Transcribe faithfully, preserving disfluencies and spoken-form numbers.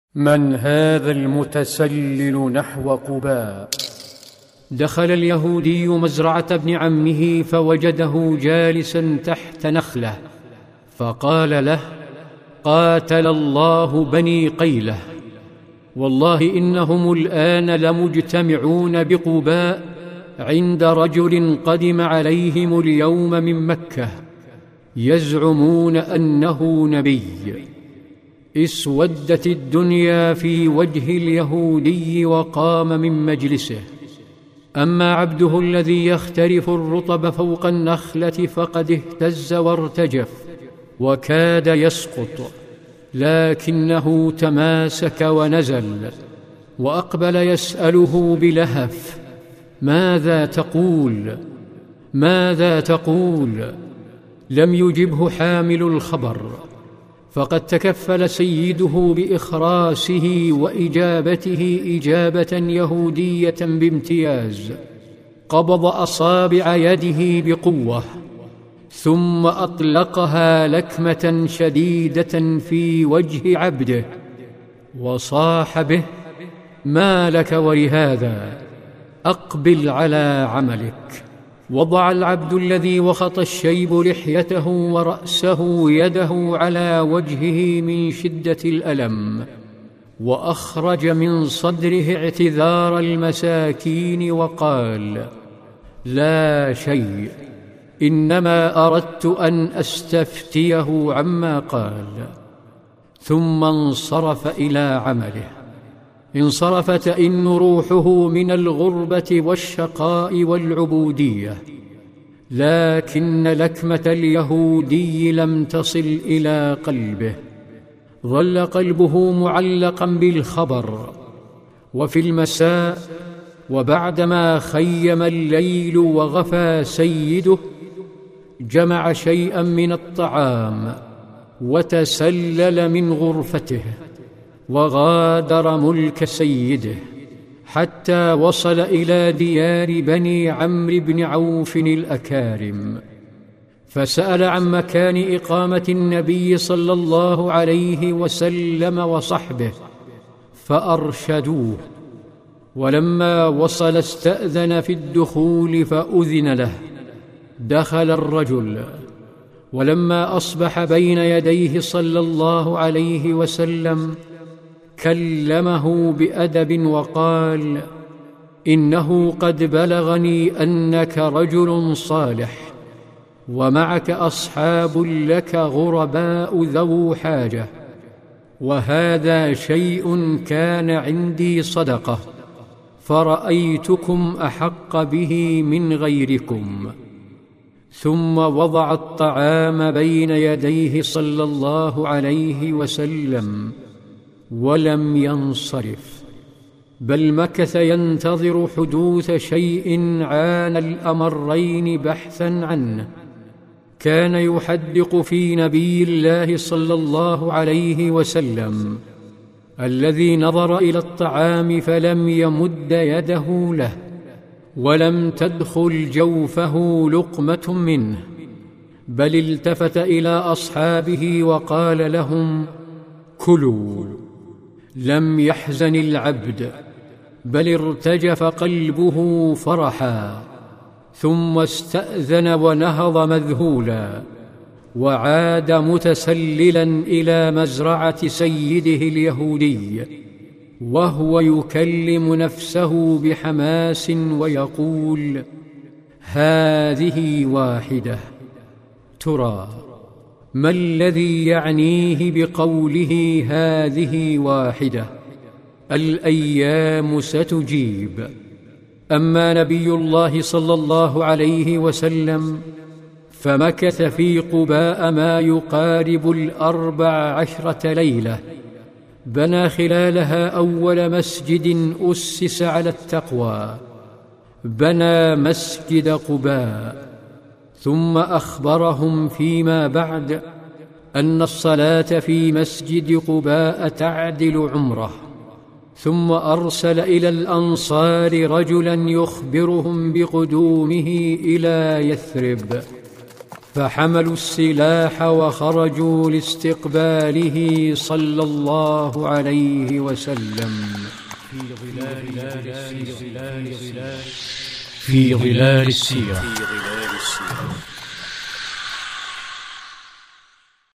من هذا المتسلل نحو قباء؟ دخل اليهودي مزرعة ابن عمه فوجده جالسا تحت نخلة، فقال له: قاتل الله بني قيلة، والله إنهم الآن لمجتمعون بقباء عند رجل قدم عليهم اليوم من مكة يزعمون أنه نبي. اسودت الدنيا في وجه اليهودي وقام من مجلسه. أما عبده الذي يخترف الرطب فوق النخلة فقد اهتز وارتجف وكاد يسقط، لكنه تماسك ونزل وأقبل يسأله بلهف: ماذا تقول؟ ماذا تقول؟ لم يجبه حامل الخبر، فقد تكفل سيده بإخراسه وإجابته إجابة يهودية بامتياز. قبض أصابع يده بقوة ثم أطلقها لكمة شديدة في وجه عبده وصاح به: ما لك ولهذا؟ أقبل على عملك. وضع العبد الذي وخط الشيب لحيته ورأسه يده على وجهه من شدة الألم، وأخرج من صدره اعتذار المساكين وقال: لا شيء، إنما أردت أن أستفتيه عما قال. ثم انصرف إلى عمله. انصرف تئن روحه من الغربة والشقاء والعبودية، لكن لكمة اليهودي لم تصل إلى قلبه، ظل قلبه معلقا بالخبر. وفي المساء وبعدما خيم الليل وغفى سيده جمع شيئا من الطعام وتسلل من غرفته وغادر ملك سيده حتى وصل إلى ديار بني عمرو بن عوف الأكارم، فسأل عن مكان إقامة النبي صلى الله عليه وسلم وصحبه فأرشدوه. ولما وصل استأذن في الدخول فأذن له. دخل الرجل، ولما أصبح بين يديه صلى الله عليه وسلم كلمه بأدب وقال: إنه قد بلغني أنك رجل صالح ومعك أصحاب لك غرباء ذو حاجة، وهذا شيء كان عندي صدقة، فرأيتكم أحق به من غيركم. ثم وضع الطعام بين يديه صلى الله عليه وسلم ولم ينصرف، بل مكث ينتظر حدوث شيء عان الأمرين بحثا عنه. كان يحدق في نبي الله صلى الله عليه وسلم الذي نظر إلى الطعام فلم يمد يده له ولم تدخل جوفه لقمة منه، بل التفت إلى أصحابه وقال لهم: كلوا. لم يحزن العبد، بل ارتجف قلبه فرحا، ثم استأذن ونهض مذهولا، وعاد متسللا إلى مزرعة سيده اليهودي وهو يكلم نفسه بحماس ويقول: هذه واحدة. ترى ما الذي يعنيه بقوله هذه واحدة؟ الأيام ستجيب. أما نبي الله صلى الله عليه وسلم فمكث في قباء ما يقارب الأربع عشرة ليلة، بنى خلالها أول مسجد أسس على التقوى، بنى مسجد قباء. ثم أخبرهم فيما بعد أن الصلاة في مسجد قباء تعدل عمره. ثم أرسل إلى الأنصار رجلا يخبرهم بقدومه إلى يثرب، فحملوا السلاح وخرجوا لاستقباله صلى الله عليه وسلم في ظلال السيرة.